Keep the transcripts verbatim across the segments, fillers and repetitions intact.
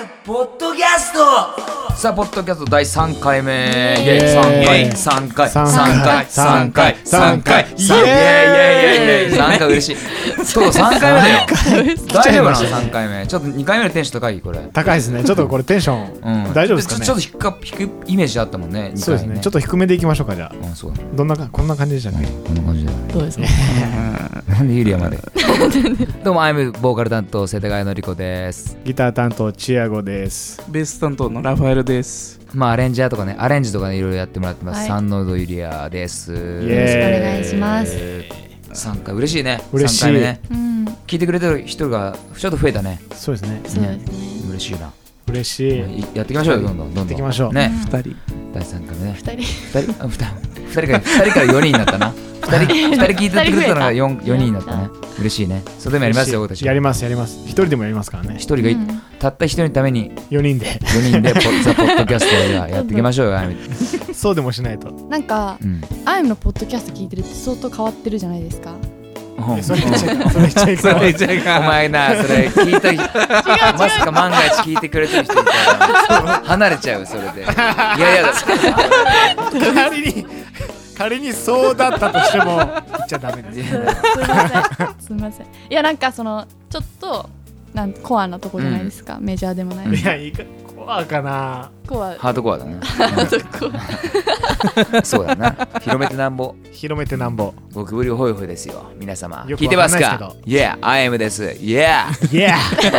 ポッドキャスト。さあポッドキャストだいさんかいめ。イエーイ。さんかいさんかいさんかいさんかいさんかいイエーイイエーイイエーイイエーイ。さんかい嬉しい。そうさんかいめだよ。大丈夫なのさんかいめ。ちょっとにかいめのテンション高いこれ。 高いですね。ちょっとこれテンション、うん、大丈夫ですかね。 ちょっと低く低いイメージあったもんね。 そうですね。ちょっと低めでいきましょうかじゃあ。 うんそう。 どんなかこんな感じじゃない。 こんな感じだよ。 どうですか。 なんでユリアまで。どうもアイムボーカル担当世田谷のりこです。 ギター担当チアゴです。 ベース担当のラファエルです。 まあアレンジャーとかねアレンジとかねいろいろやってもらってます、はい、サンノードユリアです。よろしくお願いします。 さんかい嬉しいね。 嬉しいさんかいめね、 うん、 聞いてくれてる人がちょっと増えたね。 そうですね。 そうですね。 嬉しいな。 嬉しい。 やっていきましょうよどんどんどんどん。やっていきましょうね。 ふたりだいさんかいめね。 ふたりふたりあふたりふたりからふたりからよにんになったな。ふたりふたり聞いてくれたのが 4, 4人になったね。嬉しいね。それでもやりますよ私。 やりますやります。一人でもやりますからね。 一人が、うん、たった一人のためによにんでよにんでザ・ポッドキャストをやっていきましょうよ。 そうでもしないと。 なんか、うん、アイムのポッドキャスト聞いてるって相当変わってるじゃないですか。 それ言っちゃいかん。それ言っちゃいかん。それ言っちゃいかん。 お前なそれ聞いた人まさか万が一聞いてくれてる人いたら離れちゃうそれで。いやいや仮に仮にそうだったとしても言っちゃダメです。 すみませんすみません。いやなんかそのちょっとなんコアなとこじゃないですか、うん、メジャーでもない。 いやいいかコアかな。 コアハードコアだね。 ハードコアそうだな。広めてなんぼ広めてなんぼゴキブリホイホイですよ皆様。聞いてますか。 Yeah I am です。 Yeah Yeah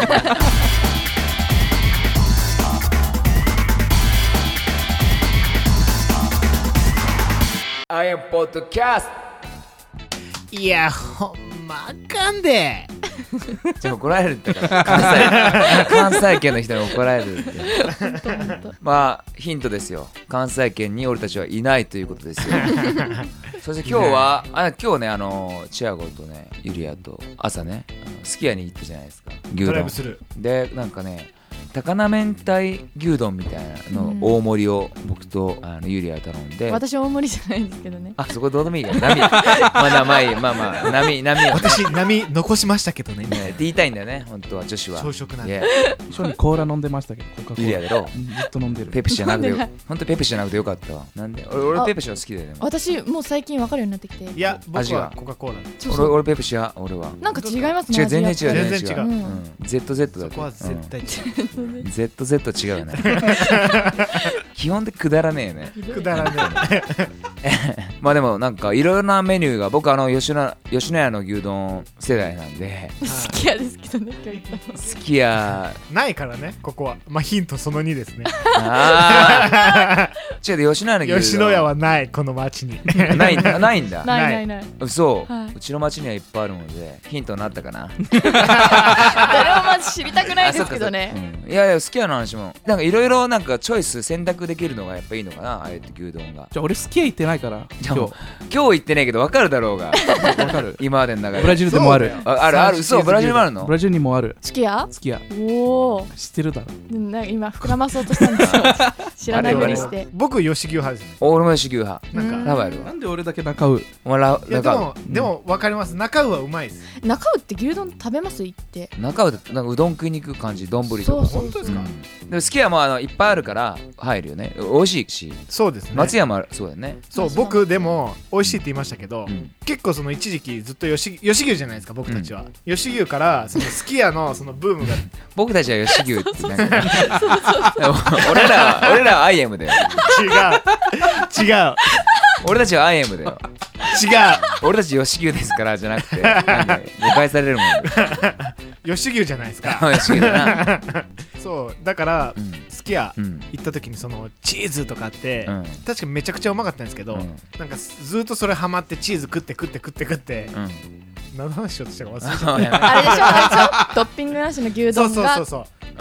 I am podcast。 いやほんまあかんでじゃあ怒られるってから関西関西圏の人に怒られるって。まあヒントですよ。関西圏に俺たちはいないということですよ。そして今日はあ今日ねあのチアゴとねユリアと朝ねすき家に行ったじゃないですか。牛丼でなんかね高菜明太牛丼みたいなの大盛りを僕とあのユリア頼んで、 私大盛りじゃないんですけどね。 あそこどうでもいいから波まあ生まあまあ波波を、ね、 私波残しましたけどね。 ねって言いたいんだよね本当は女子は。 朝食なんで。 一緒にコーラ飲んでましたけどコカ・コーラ。 ユリアだろ。 ずっと飲んでる。 ペプシじゃなくてよ本当ペプシじゃなくてよかったわ。なんで俺俺ペプシは好きだよね。 私もう最近分かるようになってきて。 いや僕はコカ・コーラ。 俺俺ペプシは俺はなんか違いますね。 違う全然違う全然違う。 うん、ゼットゼット だって。 そこは絶対違う。 ゼットゼット違うよね。基本でくだらねえよね。 くだらねえ。まあでもなんかいろいろなメニューが僕あの吉野吉野家の牛丼世代なんで。 好きやですけどね。 好きやないからねここは。まあヒントそのにですね。 ああ。違う吉野家の牛丼。 吉野家はないこの町に。 ないんだないんだ。 ないないない。 そう、はい、うちの町にはいっぱいあるのでヒントになったかな。 誰もまず知りたくないですけどね。 うん、いやいや好きやの話もなんかいろいろなんかチョイス選択できるのがやっぱいいのかなああえて牛丼が。 じゃあ俺好きや言ってないから今日今日言ってないけど分かるだろうが。分かる今までの中で。 ブラジルでもある。 ああるあるそうブラジルもあるの。 ブラジルにもある。 好きや好きや。 おお知ってるだろ。 なんか今膨らまそうとしたんですよ。知らないふりして。 僕吉牛派ですね。 俺も吉牛派。 なんかラバエルはなんで俺だけ中尾。 お前ラでもでも分かります。中尾はうまいです。 中尾って牛丼食べます行って。 中尾ってなんかうどん食いに行く感じ丼とか。 そう本当ですか。 でも好きやもあのいっぱいあるから入るよね。美味しいし。 そうですね。 松山そうだよね。 そう僕でも美味しいって言いましたけど、うん、結構その一時期ずっと吉吉牛じゃないですか僕たちは、うん、吉牛からそのすき家のそのブームが僕たちは吉牛ってなんか俺ら俺らは アイエム だよ。 違う違う俺たちは アイエム だよ。 違う俺たち吉牛ですからじゃなくてなんで誤解されるもん。 吉牛じゃないですか。 吉牛だな。 そうだから、うん、すき家行った時にそのチーズとかあって、うん、確かめちゃくちゃうまかったんですけど、うん、なんかずっとそれハマってチーズ食って食って食って食って、うん、何の話しようとしたか忘れちゃった。 あれでしょあれでしょトッピングなしの牛丼が。 そうそうそうそう、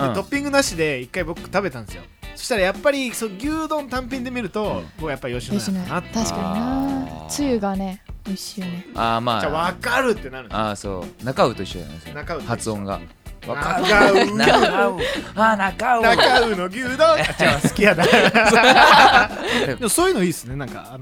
うん、トッピングなしで一回僕食べたんですよ。そしたらやっぱりそう牛丼単品で見ると僕はやっぱり吉野家かなって。 確かになつゆがね美味しいよね。 あーまあじゃあ分かるってなるんです。 あーそう中尾と一緒じゃないですか発音が。 中尾中尾あ中尾中尾の牛丼じゃあ好きやだ。でもそういうのいいっすね。なんかあの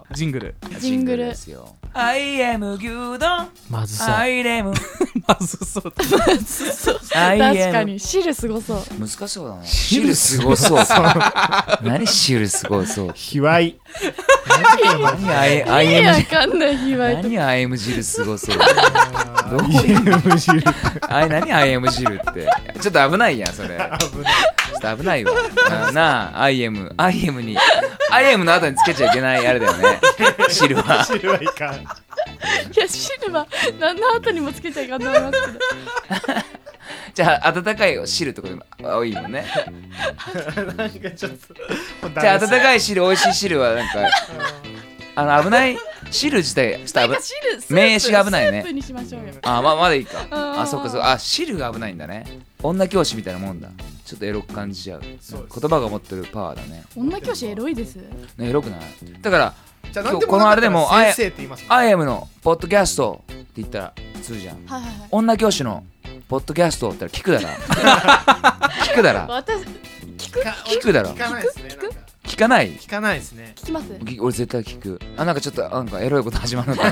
ジングルジングルですよ。I am 牛丼まずそう I am まずそう I 確 am かに汁すごそう。 難しそうだね。汁すごそう。何汁すごそう。 卑猥何 I, I 意味 am わかんない卑猥と何 I am 汁すごそう。 どういう汁あい何 I am 汁って。ちょっと危ないやんそれ。ちょっと危ないわ。ななあ I am I am に I am の後につけちゃいけないあれだよね。汁は。 汁はいかんいや汁は何の後にもつけちゃいかんと思いますけど。 じゃあ温かい汁ってことが多いもんね。 なんかちょっとじゃあ温かい汁美味しい汁はなんかあの危ない汁自体ちょっと危なんか汁スープ名詞が危ないねスープにしましょうよ。 あままだいいか。 うんあそっかそっか。あ汁が危ないんだね。女教師みたいなもんだ。ちょっとエロく感じちゃう。 そうです言葉が持ってるパワーだね。 女教師エロいです。 ねエロくない。だからじゃあ今日何でもなかったらこのあれでも先生って言いますもん I am のポッドキャストって言ったら通じゃん。 はいはいはい。 女教師のポッドキャストって言ったら聞くだら聞くだら私聞く聞くだろ聞かないですねなんか聞かない。 聞かないですね聞きます。 き俺絶対聞く。あなんかちょっとなんかエロいこと始まるのか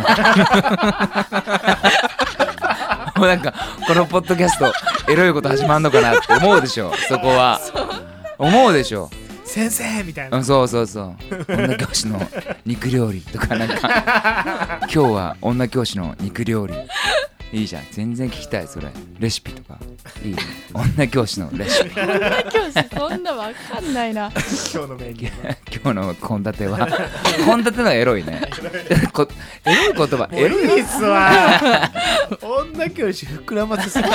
なもうなんかこのポッドキャストエロいこと始まるのかなって思うでしょ。そこは思うでしょ。 先生みたいなうんそうそうそう。女教師の肉料理とかなんか今日は女教師の肉料理いいじゃん。全然聞きたいそれ。レシピとかいいね。女教師のレシピ女教師そんなわかんないな。 今日のメニューは今日の献立は献立のがエロいねこエロい言葉エロいもういいっすわ女教師膨らませすぎる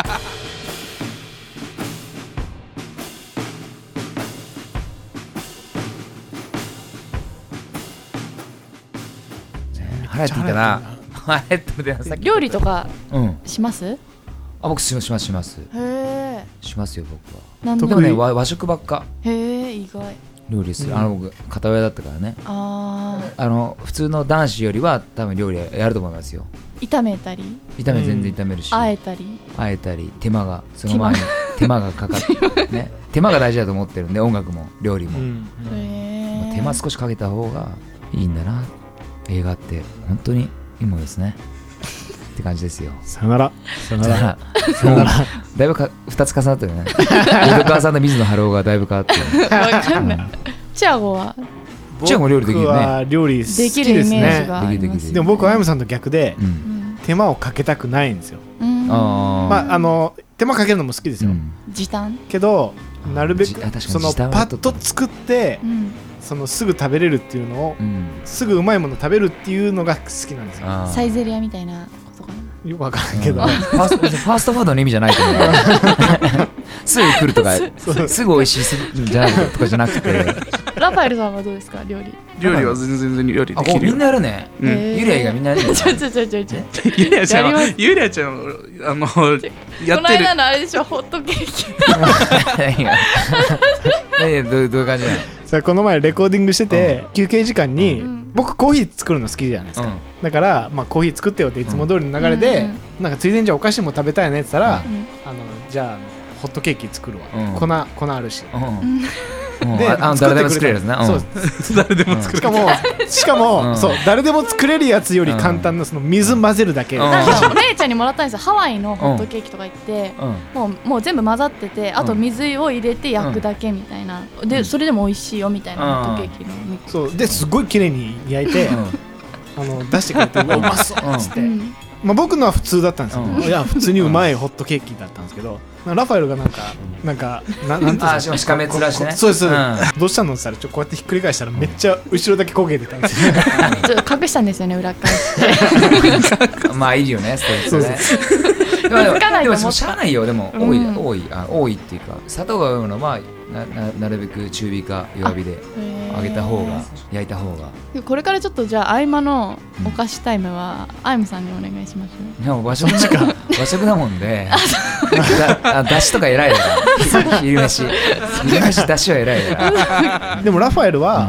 腹減ってきたな。腹減ってるなさっき。 料理とかうん。 します？へあ僕しますしますしますえ。 しますよ僕は。 なんだでもね和和食ばっかへえ意外。 料理する。 うんあの僕片親だったからね。 ああの普通の男子よりは多分料理やると思いますよ。 あ炒めたり炒め全然炒めるし、 あえたり。 あえたり手間がその前に手間がかかってね手間が大事だと思ってるんで音楽も料理も、 うんへえ。 手間少しかけた方がいいんだな。映画って本当にいいものですねって感じですよ。 さよならさよならだからもうだいぶかふたつ重なってるね。江戸川さんと水野晴郎がだいぶ変わってる、 わかんない。チアゴはチアゴ料理できるね僕は料理好きできるですイメージねがあります。 できるできるでも僕はあやむさんと逆でうんうん手間をかけたくないんですようんあーまああの手間かけるのも好きですよ、 うん時短。 けどなるべくじあ確かにその時短はパッと作ってうん。 そのすぐ食べれるっていうのをうんすぐうまいもの食べるっていうのが好きなんですよあーサイゼリアみたいなことかな。 よくわからんけど、 うんファーストファーストフードの意味じゃないと思うすぐ来るとかすすぐ美味しいするんじゃないとかじゃなくてラファエルさんはどうですか料理？ 料理は全然料理あこうみんできるよなやるね。 うんへーゆりあいがみんなやるねちょちょちょちょちょ。 ゆりあちゃんはやりますゆりあちゃんはあのやこのってる間のあれでしょホットケーキ。 何が何がどうどういう感じなの。 さあこの前レコーディングしてて、休憩時間に、 うん僕コーヒー作るの好きじゃないですか、だから、まあ、コーヒー作ってよっていつも通りの流れで、 うんなんかついでにじゃあお菓子も食べたいねって言ったら、 うんあのじゃああのホットケーキ作るわ、 うん粉粉あるし、 うんうんうんうんでああの誰でも作れるやつな。 そううん誰でも作るしかもしかも、 うんそう誰でも作れるやつより簡単なその水混ぜるだけ、 うんなんか姉ちゃんにもらったんですよハワイのホットケーキとか行って、 うんもうもう全部混ざっててあと水を入れて焼くだけみたいな、でそれでも美味しいよみたいなホットケーキのミックス、 そうですごい綺麗に焼いて、あの出してくれてうわうまそうっつって、 うんまあ、僕のは普通だったんですよ、 うんいや普通にうまいホットケーキだったんですけど、ラファエルがなんかなんかななんていうんですかあしかめ面してね。 そうです、そうですうんどうしたのって言ったらちょこうやってひっくり返したらめっちゃ後ろだけ焦げてたんですよちょっと隠したんですよね裏返してまあいいよねそそうれね。 気づかないと思ったでもしゃあないよ。でも多いうん多いあ多いっていうか砂糖が多いのはなななるべく中火か弱火で揚げた方が焼いた方が。 これからちょっとじゃあ合間のお菓子タイムはあゆみさんにお願いしましょでも和食だ和食だもんでだあだしとか偉いだから昼飯昼飯だしは偉いだから。 でもラファエルは、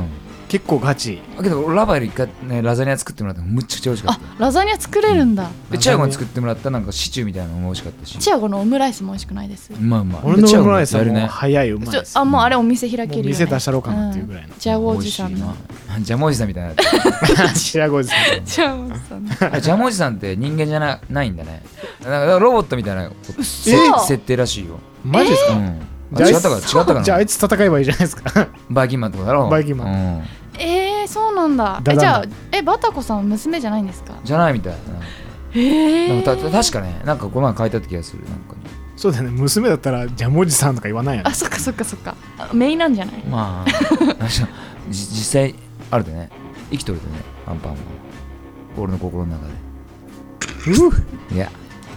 結構ガチ。 けどラバイル一回ねラザニア作ってもらったのむっちゃくちゃ美味しかっあラザニア作れるんだ、 た。でチアゴに作ってもらったなんかシチューみたいなのも美味しかったし。 チアゴのオムライスも美味しくないです？ うまいうまい。 俺のオムライスはもうね早いうまいちょです。 あもうあれお店開けるよ、ね、 もう店出したろうかなっていうぐらいの、 うん、チアゴおじさんのジャムおじさんみたいなチアゴおじさんチアゴおじさんのあジャムおじさんって人間じゃな、ないんだね。なんかロボットみたいなせ設定らしいよ。 マジですか、 うんじゃあ違ったか違ったかな。 じゃああいつ戦えばいいじゃないですかバイキンマンってことだろ。 バイキンマン、 うん、 えー、そうなんだ。 だだんだんえじゃあえバタコさんは娘じゃないんですか？ じゃないみたいな。 えなんかた確かねなんかこの前書いてあった気がする。なんかそうだよね、娘だったらジャムおじさんとか言わないよね。 あそっかそっかそっかあメインなんじゃない？ まあじ実際あるでね生きとるでねアンパンは俺の心の中で。 ういや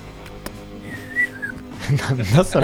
なんだそれ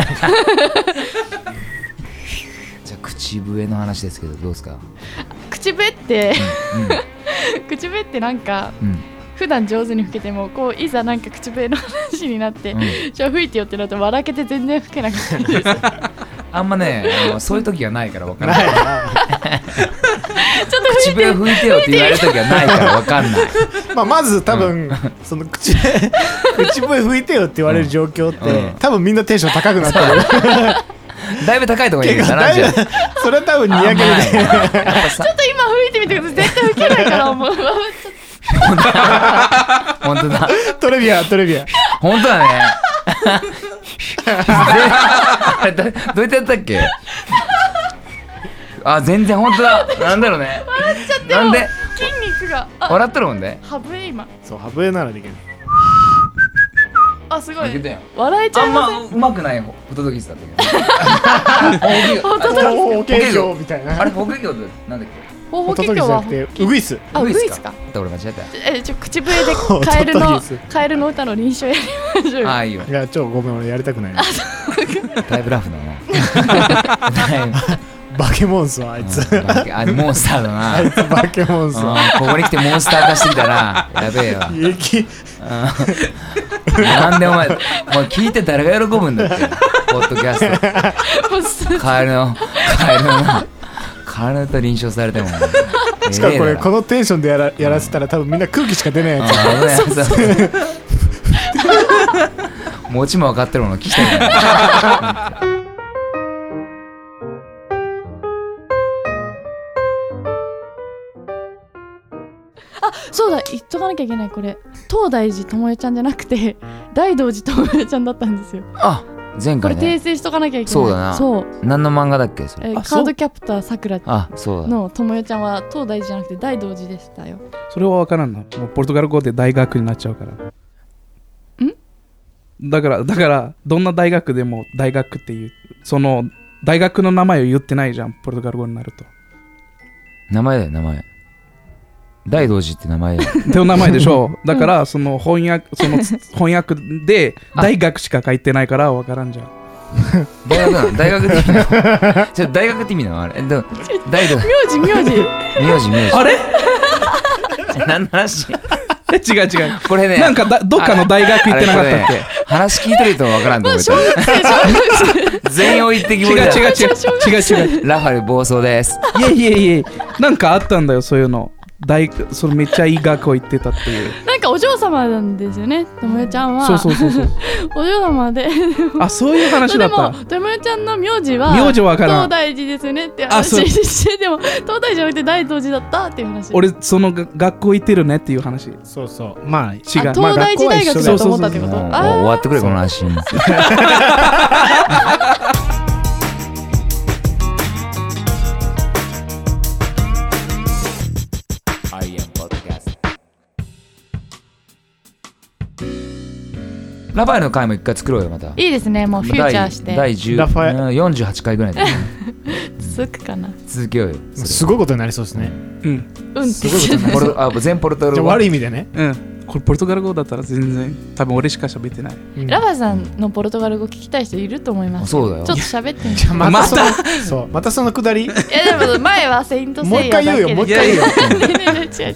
じゃあ口笛の話ですけどどうですか？ 口笛って、 うん口笛ってなんかうん普段上手に吹けてもこういざなんか口笛の話になって、 うん、 じゃあ吹いてよってなると笑けて全然吹けなかったですあんまねあのそういう時がないから分からない。 ないなちょっと口笛吹いてよって言われる時はないから分かんない。 まあまず多分、その口口笛吹いてよって言われる状況って、 うん多分みんなテンション高くなってるだいぶ高いところにいるん結構だなじゃだいぶそれは多分にやけであやっぱさちょっと今吹いてみてください。絶対吹けないから思うちょっ本当だトレビアトレビア本当だねあれどどうやってやったっけ？あ全然本当だ。なんだろうね。 笑っちゃってもなんで筋肉があ笑ってるもんね。 ハブエ今そうハブエならできる。 あすごいいけたよ笑えちゃあんいませんまうまくないホトトギスだったけど。 ホトトギスお形状みたいな。 あれホケギョってなんだっけ？ ほうほホトトギけきょうはスじゃなくてウグイス。 あウグイスか。 俺間違ええちょ口笛でカエルのホトトギスカエルの歌の臨床やりましょうた。 よ。 ああいいよ。 いや超ごめん俺やりたくない。 だいぶラフだな。だいぶバケモンスはあいつ。 うんバケあモンスターだな。 あいつバケモンスは。 うんここに来てモンスター化してきたな。やべえよ。 雪うんなんでお前、お前聞いて誰が喜ぶんだって。ポッドキャスもうすト。カエルの、カエルのな、カエルの歌臨床されても。 しかもこれこの、 のテンションでやらやらせたら多分みんな空気しか出ないやつ。 あ危ないそう持ちも分かってるもの聞きたいな。 あそうだ言っとかなきゃいけない。これ東大寺ともえちゃんじゃなくて大道寺ともえちゃんだったんですよ。 あ、前これ訂回ね。 正しとかなきゃいけない。 そうだなそう何の漫画だっけそれ。 えーあそうカードキャプターさくらあ、そうだ。 のともえちゃんは東大寺じゃなくて大道寺でしたよ。 それは分からんな。もうポルトガル語で大学になっちゃうから。 んだから、だから、どんな大学でも大学っていう、その、大学の名前を言ってないじゃん、ポルトガル語になると。 名前だよ、名前。大道寺って名前だよ。 っていう名前でしょ。だから、その翻訳、その翻訳で大学しか書いてないから分からんじゃん。 大学なの大学って意味なのちょ大学って意味なのあれ。でも大道名字名字名字名字。 あれ何の話え、違う違う。 これね。 なんかだ、どっかの大学行ってなかったっあれこれねけ？ 話聞いてる人もわからんと思った。全員置いてきぼ違うりだ。 違う違う。違う違う。 ラファル暴走です。 いえいえいえ。なんかあったんだよ、そういうの。大それめっちゃいい学校行ってたっていう。 なんかお嬢様なんですよねともえちゃんは。 そうそうそうそう。 お嬢様であ、そういう話だでったも。ともえちゃんの名字は名字わからん東大寺ですよねってあそう話してでも東大寺じゃなくて大道寺だったっていう話。 俺、そのが学校行ってるねっていう話。 そうそうまあ違う。 あ東大寺大学だと思ったってこと。 もうもうあー終わってくれこの話。ラファエルの回も一回作ろうよまた。 いいですねもうフューチャーして第じゅうラファエうんよんじゅうはちかいぐらいで続くかな。 続けようよ。 すごいことになりそうですね。 うん。 うんってすごいことになりそう。 ポルあ全ポルトガル語。 じゃあ悪い意味でね。 うん。これポルトガル語だったら全然、多分俺しか喋ってない。 うんラファさんのポルトガル語聞きたい人いると思います。 そうだよちょっと喋ってみて。 じゃあまたそのそうまたそのくだり。 いやでも前はセイントもうセイヤだけで。 一回言うよもう一回言うよ。 ねえねえねえ違う違う違う違う違う違う違う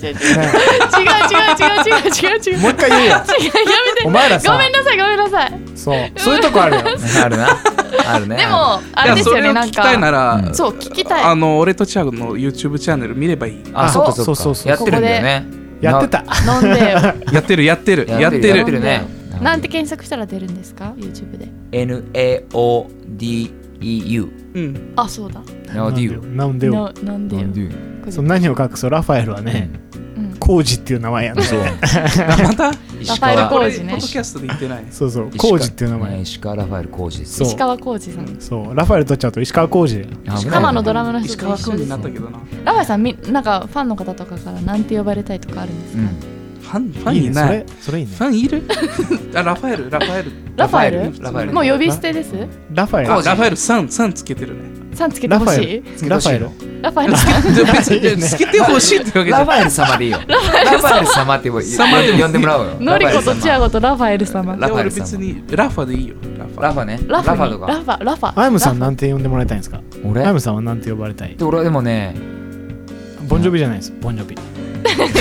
違う違う。 もう一回言うよ。 違うやめて。 お前らさごめんなさいごめんなさい。 そうそういうとこあるよ。 あるな。 あるね。 でもあれですよね、なんいやそれを聞きたいなから、 うんそう聞きたい。 あの俺とチアゴの YouTube チャンネル見ればいい。 あ、そっかそっか。 そうそうそうやってるんだよね。 やってた。 飲んでよ。 やってるやってるやってるやってるね。 なんて検索したら出るんですか YouTube で。 エヌエーオーディーイーユー。 うんあ、そうだ。 ナオディュなんでよ。 ななんでよ。 ー。 そう何を隠そう、ラファエルはね、 うんコウジっていう名前やね。 そう。 またラファエルコこれウジねポッド。キャストで言ってない。 そうそう、コウジっていう名前。 石川ラファエルコウジです。 そう石川浩二さん。 そう、ラファエル取っちゃうと石川浩二だよ。 危ない浜のドラムの人石と一緒です川君にな。ったけどな。 ラファエルさんみなんかファンの方とかからなんて呼ばれたいとかあるんですか。 うん。 ファンファンいいね、そいないれ。それいいねフ。ァンいる？あラファエルラファエル。 ラファエルラファエル。 もう呼び捨てです。 ラファエル。 あラファエルさんさんつけてるね。 さんつけてほしい。 ラファエル。 ラファエルさん。 で別につけてほしいってわけじゃない。 ラファエル様でいいよ。ラファエル様って呼ぶ様でも呼んでもらおうよ。 ノリコとチアゴ。 ゴとラファエル様。 ラファエ俺ル様別にラファでいいよ。ラファ。 ラファね。 ラファにとか。 ラファラファ。 アイムさんなんて呼んでもらいたいんですか？ 俺アイムさんはなんて呼ばれたい？ で俺はでもね、 ボンジョビじゃないです。ボンジョビ。 なボンジョビ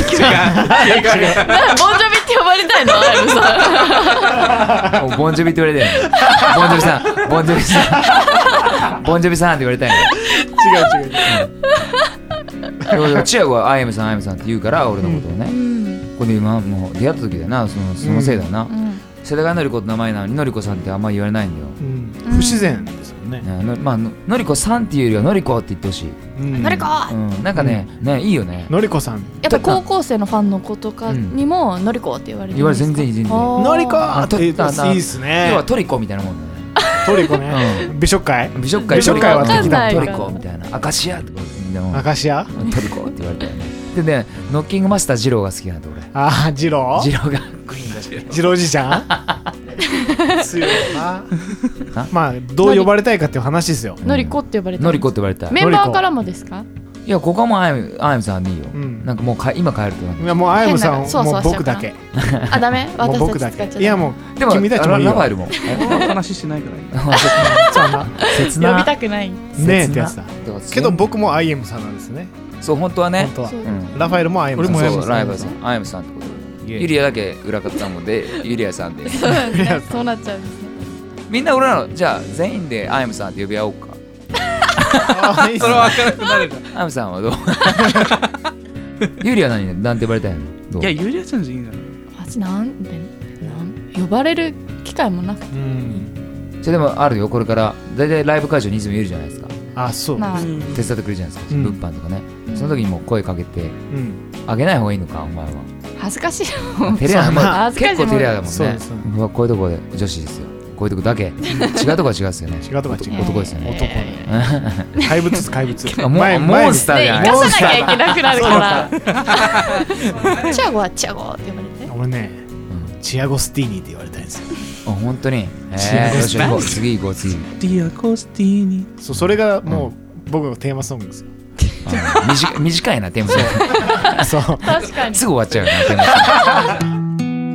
って呼ばれたいのアイムさん。 もうボンジョビって言われてるの。ボンジョビさん、ボンジョビさん、ボンジョビさんって言われたい違う違う。 の。でもチアゴはアイムさん、アイムさんって言うから俺のことをね。 うんこれ今もう出会った時だよな、そのそのせいだよな。 うん世田谷のりこって名前なのにのりこさんってあんまり言われないんだよ。 うん不自然ですよね。 ねのまあののりこさんっていうよりはのりこって言ってほしい。 うんノリコ。 うん、なんかね、ねいいよね。 のりこさん。 やっぱ高校生のファンの子とかにもノリコって言われるん言われですか。 全然いい全然いい。 あーのりこあって言うとといいっすね。 要はトリコみたいなもんだね。 トリコね。美食会？ 美食会美食会はわかんないトリからコみたいな。アカシアとかみんなもアカシア？ トリコって言われたよね。でね、ノッキングマスター二郎が好きなんだ俺。 ああ、ジロー？ 二郎がクイーンだし。 ジローじちゃん？強いなあ。 まあどう呼ばれたいかっていう話ですよ。 ノリコって呼ばれてる。 のりこって言われた。 メンバーからもですか。 いやここもアイムアイムさんでいいよ。 うんなんかもうか今帰るとなんかいやもうアイムさん変なそわそもうわしちゃうかな僕だけ。 あ、ダメ。 もう私僕だたち使っちゃダメ。 け。いやもうでも君たちもいいよ。 ララファエルも。 話しないからいい。 そうな。 切な。 呼びたくない。 ねえってやつだ。 だからけど僕もアイエムさんなんですね。 そう本当はね本。当はそ。ううんラファエルもアイエムさん。 そう俺もアイムさんライバルさんアイムさんってことで。ユリアだけ裏方なのでユリアさんで。 そうなんですね。そうなっちゃうんですね。 みんな俺らのじゃあ全員でアイムさんって呼び合おうか。 あーいいっすねそれは分からなくなるかアイムさんはどう？ユリア何なんて呼ばれたいの？どうら。いやユリアちゃんじゃいいんじゃない？ 私なんでなん呼ばれる機会もなくて。 うん。 じゃあでもあるよこれからだいたいライブ会場にいつもいるじゃないですか。 あ、そう。 まあ手伝ってくれるじゃないですか。 うん物販とかね。その時にもう声かけてうん。 あげない方がいいのかお前は。 恥ずかしいもん。 照れ屋もう恥ずかしい結構照れ屋だもんねそうです。 うわこういうとこで女子ですよ。こういうとこだけ。違うとこは違うっすよね。 違うとこは違う。 男ですよね。 男ね。怪物です怪物。 あモンモンスターでじゃない。 生かさなきゃいけなくなるから。チアゴはチアゴって呼ばれて。 俺ね、チアゴスティーニって言われたいんですよ。 あ本当に。えチアゴーよし行こうス次行こう次。 ディアコスティーニ。 そう、それがもう僕のテーマソングですよ。 あ短い短いなテーマソング。 そう。 確かに。 すぐ終わっちゃうよなテーマソング。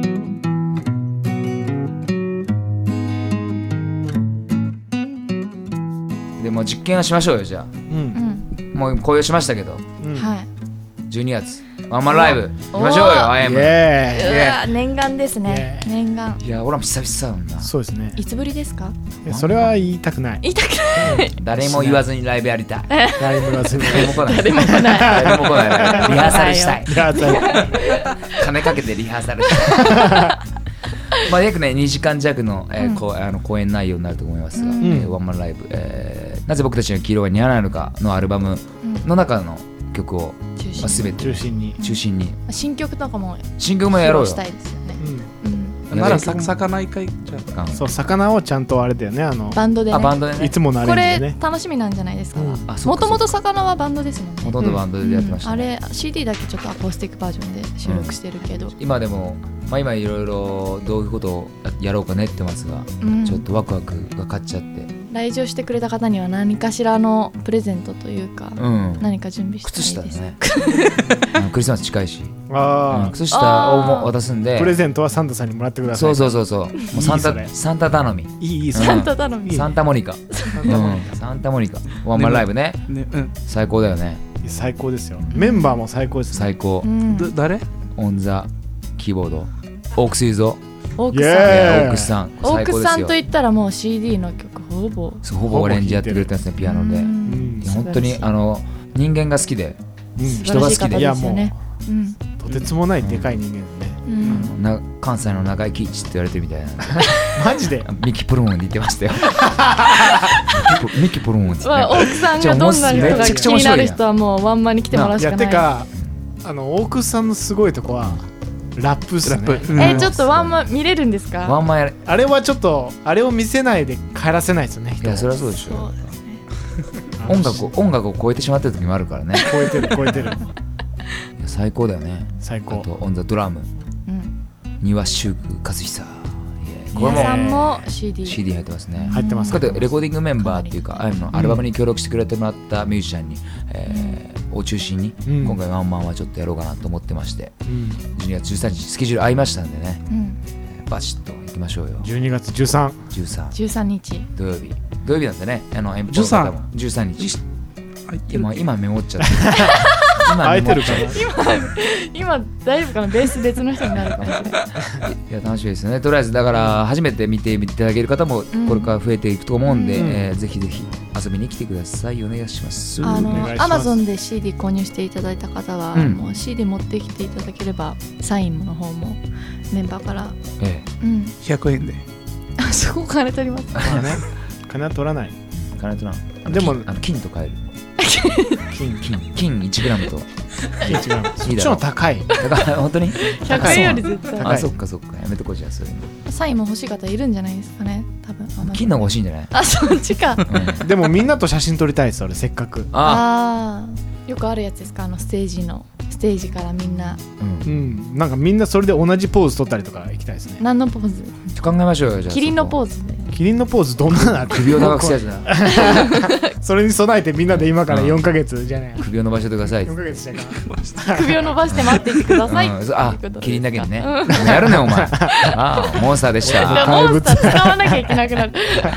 でも実験をしましょうよじゃう。 うんん。 あもう公表しましたけどうんはい。 じゅうにがつワンマンライブ行きましょうよアイエイム。 エうわ念願ですね。 イエ念願。 いや俺も久々だもんなーイ。そうですね。 いつぶりですか。 いやそれは言いたくない。 言いたくない。 誰も言わずにライブやりたい。 誰も言わずに。 誰も来ない。 誰も来ない。 誰も来ない。リハーサルしたい。 いやそう金かけてリハーサルしたい。まあ約ねにじかん弱の、えーうんこうあの公演内容になると思いますが、 うんえーワンマンライブ、えーなぜ僕たちの黄色が似合わないのかのアルバムの中の曲を、 中まあ、 心。 全て中心に。 中心に新曲とかも新曲もやろうよ披露したいですよね。 うん。 うん。 ならさ魚一回じゃうんそう、魚をちゃんとあれだよね。あの、 バンドでね。 あバンドでねいつものアレこンジでね。 れ楽しみなんじゃないですか。 うんあそっかもともと魚はバンドですもんね。 ほとんどバンドでやってました、 うんあねれ シーディー だけちょっとアコースティックバージョンで収録してるけど、 今でも、まあ、今いろいろどういうことをやろうかねってますが、 うんちょっとワクワクが勝っちゃって来場してくれた方には何かしらのプレゼントというか、 うん何か準備した靴いです。 下だねうんクリスマス近いし、うんあ靴下をも渡すんであ。プレゼントはサンタさんにもらってください。 そうそうそうそうもうサンいいそれタサンタ頼みいい、いい、そうんれ。 サンタ頼み。 サンタモニカうんサンタモニカワンマンライブねねうん最高だよね最高ですよ。メンバーも最高ですね。 最高うんど誰？ オンザキーボードオークスユーゾオークさん。 イエーイオークスさんオー最高ですよクさんと言ったらもう シーディー の曲ほほぼそうほぼアレンジやってくれたんですね、ピアノで。で本当にあの人間が好きで、うん、人が好きで、 いやもう、 うん、とてつもないでかい人間で、 うん、な関西の長井貴一って言われてるみたいなマジでミキプローンで言ってましたよミキプローンって言って、 まあ、大久さんがどんな人が気になる人はもうワンマンに来てもらうしかない。いやてかあの大久さんのすごいとこはラップっすね。 うん、えちょっとワンマン見れるんですか？ ワンマンやれ。 あれはちょっとあれを見せないで帰らせないですよね。 いやそれはそうでしょ。音楽を音楽を超えてしまってる時もあるからね。 超えてる超えてる。いや最高だよね。 最高。 あとオンザドラム、うん、庭修久和久。 これもさんも シーディー, シーディー入ってますね。 入ってます。 こうやってレコーディングメンバーっていうか、アイムのアルバムに協力してくれてもらったミュージシャンに、えー、を中心に、うん、今回ワンマンはちょっとやろうかなと思ってまして、うん、じゅうにがつじゅうさんにちスケジュール合いましたんでね、うんえー、バシッと行きましょうよ。 じゅうにがつじゅうさん、 じゅうさん、 じゅうさんにち土曜日、土曜日なんでね、あのじゅうさん、 じゅうさんにち。今今メモっちゃって今メモっちゃって今今大丈夫かな、ベース別の人になるかもしれない。 いや楽しみですよね。とりあえずだから初めて見てみていただける方もこれから増えていくと思うんで、うんえー、ぜひぜひ遊びに来てください。お願いします。 あの Amazon で シーディー 購入していただいた方は、うん、もう シーディー 持ってきていただければサインの方もメンバーから、 ええうん、 ひゃくえんであそこ金取ります。 まあね、金は取らない。 金取らない。 でもあの金と買える。金金金いちグラムと金いちグラムそっちの高い高い本当にひゃくえんより絶対あそっかそっかやめとこう。じゃあそれサインも欲しい方いるんじゃないですかね多分。 金の方が欲しいんじゃない？ あそっちか、 うん、でもみんなと写真撮りたいです俺せっかく。 ああよくあるやつですか、あのステージのステージからみんな、 うん、うん、なんかみんなそれで同じポーズ撮ったりとか行きたいですね。 何のポーズ？ 考えましょうよ。じゃあキリンのポーズで。 キリンのポーズどんなの？ 首を長くするやつだ。 それに備えてみんなで今からよんかげつじゃない、うん、 首を伸ばしてください。 よんかげつじゃない首を伸ばして待っていてください、うん、 あキリンだけにね、うん、やるねお前。あモンスターでした。 モンスター使わなきゃいけなくなる。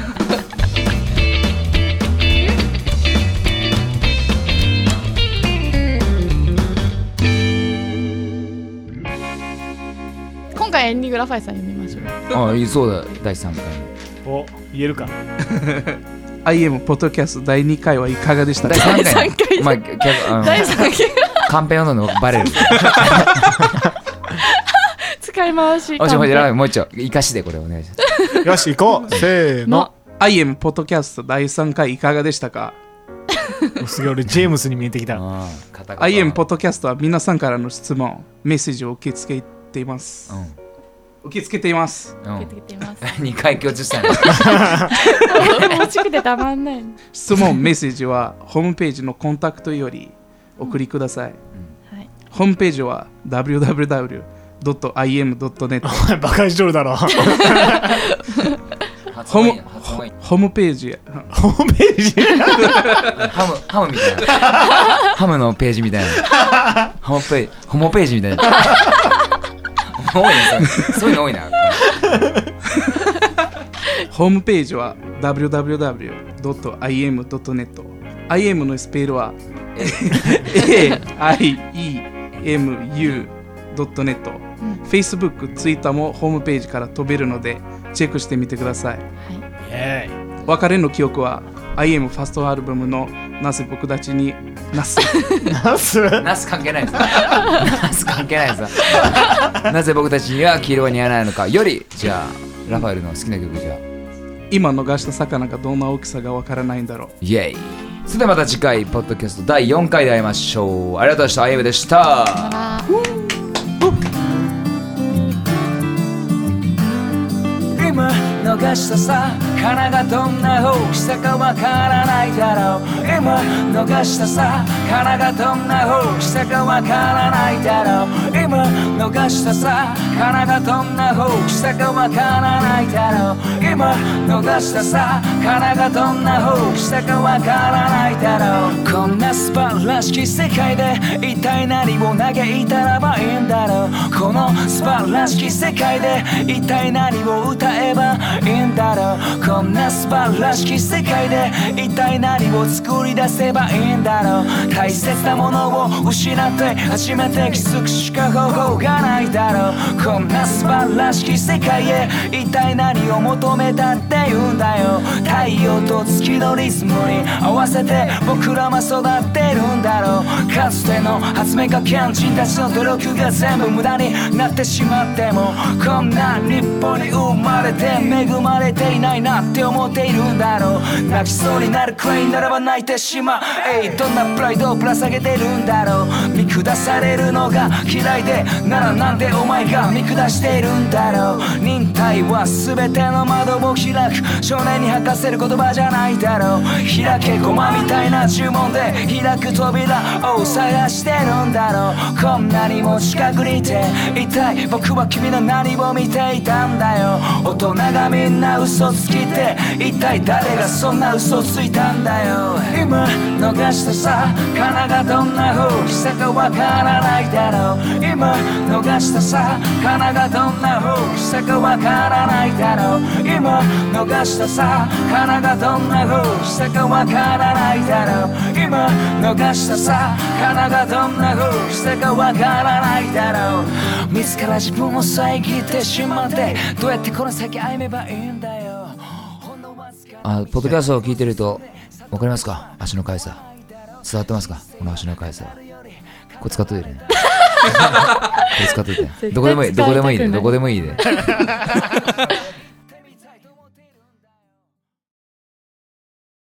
今回エンディングラファイさん読みましょう。 ああいいそうだ。だいさんかいお言えるか。 アイエム ポッドキャストだいにかいはいかがでしたか？ だいさんかい、 まあ、 だいさんかいカンペ読んだのバレる。 使い回し。 おしもう一丁生かしでこれお願いします。 よし行こう。せーの。 アイエム ポッドキャストだいさんかいいかがでしたか？ すげえ俺ジェームスに見えてきた。 アイエム ポッドキャストは皆さんからの質問メッセージを受け付けています、うん受け付けています。 受け付けています。 にかい共通したの。 欲しくてたまんない。 質問メッセージはホームページのコンタクトより送りください。 うんはい、 ホームページは ダブリューダブリューダブリュードットアイエムドットネット。 お前バカにしとるだろ。ホームホームページホームページハムハムみたいなハムのページみたいなホームページホームページみたいな。多いね、そういうの多いな。 ホームページは ダブリューダブリューダブリュードットアイエムドットネット。アイエム のスペルは エーアイイーエムユードットネット。Facebook、Twitter もホームページから飛べるのでチェックしてみてください。はい、別れの記憶は アイエム ファーストアルバムのなぜ僕たちにナスナスナス関係ないです。ナス関係ないです。なぜ僕たちには黄色が似合わないのかより、じゃあラファエルの好きな曲じゃあ今逃した魚がどんな大きさがわからないんだろう。 イエイ。それではまた次回ポッドキャストだいよんかいで会いましょう。ありがとうございました。アイエムでした。今逃した魚がどんな大きさかわからないだろう。今逃した魚がどんな大きさかわからないだろう。今逃した魚がどんな大きさかわからないだろう。今逃した魚がどんな大きさかわからないだろう。こんな素晴らしき世界で一体何を嘆いたらばいいんだろう。この素晴らしき世界で一体何を歌えばいいんだろう。 こんな素晴らしき世界で一体何を作り出せばいいんだろう。大切なものを失って初めて気づくしか方法がないだろう。こんな素晴らしき世界へ一体何を求めたって言うんだよ。太陽と月のリズムに合わせて僕らも育ってるんだろう。かつての発明家賢人たちの努力が全部無駄になってしまっても、こんな日本に生まれて恵まれていないなって思っているんだろう。泣きそうになるくらいならば泣いてしまえ。えい、どんなプライドをぶら下げてるんだろう。見下されるのが嫌いでならなんでお前が見下しているんだろう。忍耐は全ての窓を開く少年に吐かせる言葉じゃないだろう。開けごまみたいな呪文で開く扉を探してるんだろう。こんなにも近くにいて一体僕は君の何を見ていたんだよ。大人がみんな嘘つきって一体誰がそんな嘘ついたんだよ。今逃したさ花がどんな風に咲かわからないだろう。今逃したさ花がどんな風に咲かわからないだろう。今逃したさ花がどんな風に咲かわからないだろう。今逃したさ花がどんな風に咲かわからないだろう。自ら自分を遮ってしまってどうやってこの先歩めばいいんだよ。あ、ポッドキャストを聞いてると分かりますか？足の速さ伝わってますか？この足の速さこれ使っといてねこれ使っといてどこでもいいどこでもいいねどこでもいいね